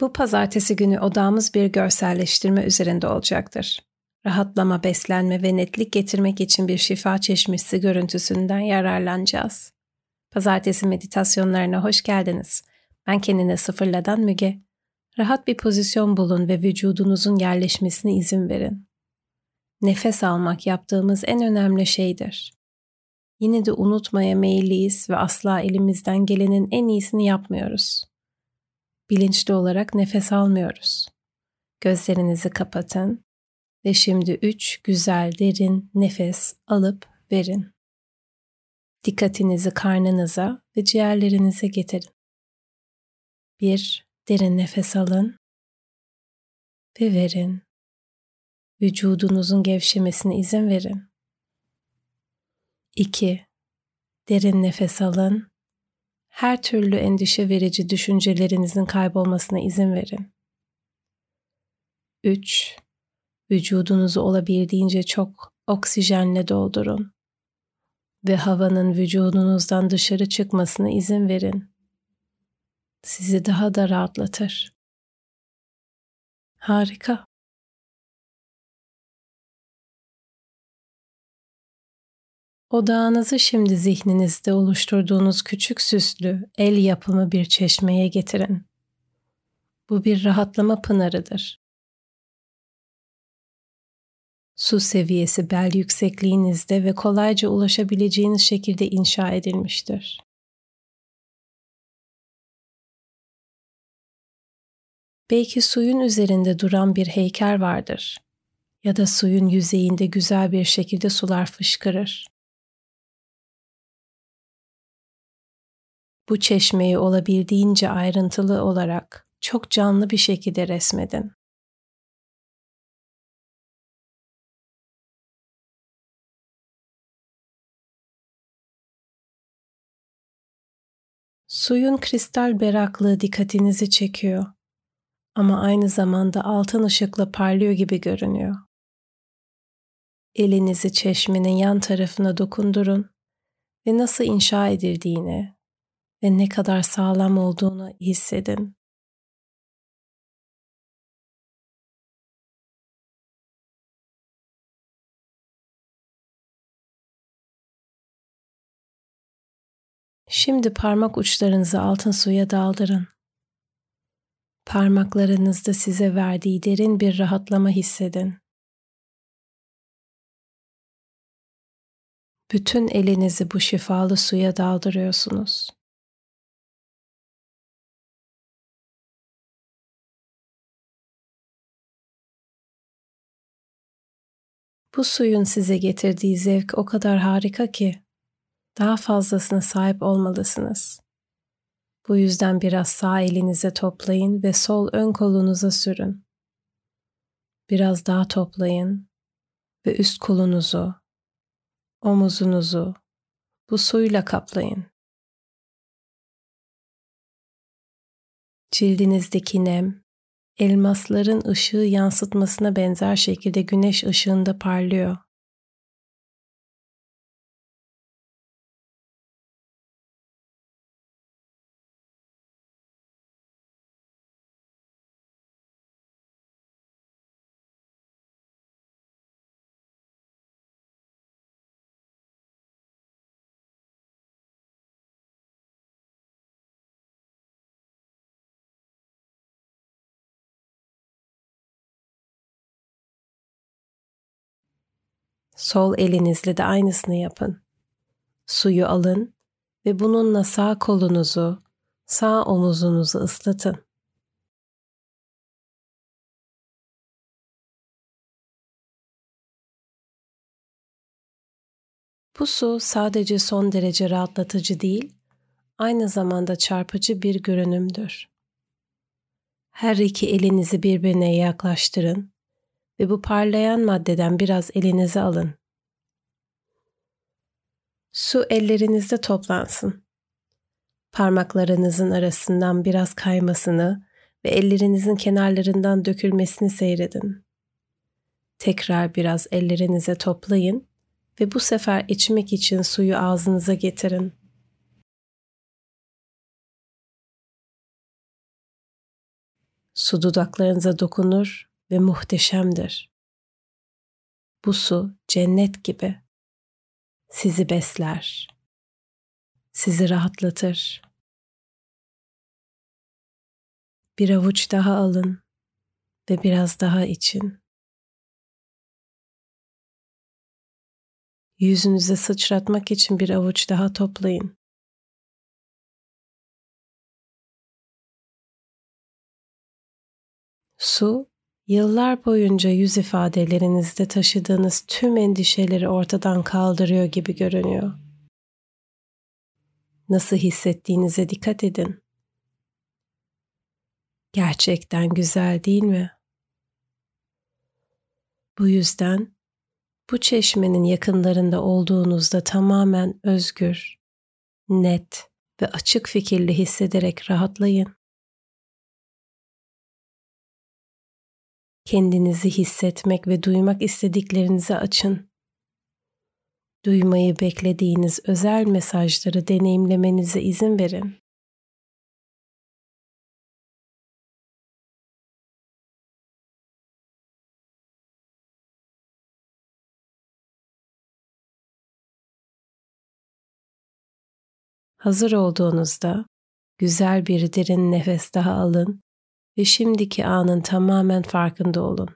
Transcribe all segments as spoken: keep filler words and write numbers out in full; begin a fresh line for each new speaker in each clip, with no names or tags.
Bu pazartesi günü odağımız bir görselleştirme üzerinde olacaktır. Rahatlama, beslenme ve netlik getirmek için bir şifa çeşmesi görüntüsünden yararlanacağız. Pazartesi meditasyonlarına hoş geldiniz. Ben kendine sıfırladan Müge. Rahat bir pozisyon bulun ve vücudunuzun yerleşmesine izin verin. Nefes almak yaptığımız en önemli şeydir. Yine de unutmaya meyilliyiz ve asla elimizden gelenin en iyisini yapmıyoruz. Bilinçli olarak nefes almıyoruz. Gözlerinizi kapatın ve şimdi üç güzel derin nefes alıp verin. Dikkatinizi karnınıza ve ciğerlerinize getirin. Bir, derin nefes alın ve verin. Vücudunuzun gevşemesine izin verin. İki, derin nefes alın. Her türlü endişe verici düşüncelerinizin kaybolmasına izin verin. Üç, vücudunuzu olabildiğince çok oksijenle doldurun ve havanın vücudunuzdan dışarı çıkmasına izin verin. Sizi daha da rahatlatır. Harika. Odağınızı şimdi zihninizde oluşturduğunuz küçük süslü, el yapımı bir çeşmeye getirin. Bu bir rahatlama pınarıdır. Su seviyesi bel yüksekliğinizde ve kolayca ulaşabileceğiniz şekilde inşa edilmiştir. Belki suyun üzerinde duran bir heykel vardır ya da suyun yüzeyinde güzel bir şekilde sular fışkırır. Bu çeşmeyi olabildiğince ayrıntılı olarak çok canlı bir şekilde resmedin. Suyun kristal berraklığı dikkatinizi çekiyor ama aynı zamanda altın ışıkla parlıyor gibi görünüyor. Elinizi çeşmenin yan tarafına dokundurun ve nasıl inşa edildiğini ve ne kadar sağlam olduğunu hissedin. Şimdi parmak uçlarınızı altın suya daldırın. Parmaklarınızda size verdiği derin bir rahatlama hissedin. Bütün elinizi bu şifalı suya daldırıyorsunuz. Bu suyun size getirdiği zevk o kadar harika ki daha fazlasına sahip olmalısınız. Bu yüzden biraz sağ elinize toplayın ve sol ön kolunuza sürün. Biraz daha toplayın ve üst kolunuzu, omuzunuzu bu suyla kaplayın. Cildinizdeki nem, elmasların ışığı yansıtmasına benzer şekilde güneş ışığında parlıyor. Sol elinizle de aynısını yapın. Suyu alın ve bununla sağ kolunuzu, sağ omuzunuzu ıslatın. Bu su sadece son derece rahatlatıcı değil, aynı zamanda çarpıcı bir görünümdür. Her iki elinizi birbirine yaklaştırın ve bu parlayan maddeden biraz elinize alın. Su ellerinizde toplansın. Parmaklarınızın arasından biraz kaymasını ve ellerinizin kenarlarından dökülmesini seyredin. Tekrar biraz ellerinize toplayın ve bu sefer içmek için suyu ağzınıza getirin. Su dudaklarınıza dokunur ve muhteşemdir. Bu su cennet gibi. Sizi besler. Sizi rahatlatır. Bir avuç daha alın ve biraz daha için. Yüzünüze sıçratmak için bir avuç daha toplayın. Su, yıllar boyunca yüz ifadelerinizde taşıdığınız tüm endişeleri ortadan kaldırıyor gibi görünüyor. Nasıl hissettiğinize dikkat edin. Gerçekten güzel değil mi? Bu yüzden bu çeşmenin yakınlarında olduğunuzda tamamen özgür, net ve açık fikirli hissederek rahatlayın. Kendinizi hissetmek ve duymak istediklerinizi açın. Duymayı beklediğiniz özel mesajları deneyimlemenize izin verin. Hazır olduğunuzda güzel bir derin nefes daha alın ve şimdiki anın tamamen farkında olun.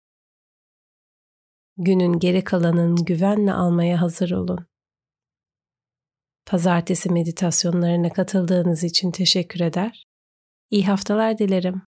Günün geri kalanını güvenle almaya hazır olun. Pazartesi meditasyonlarına katıldığınız için teşekkür eder. İyi haftalar dilerim.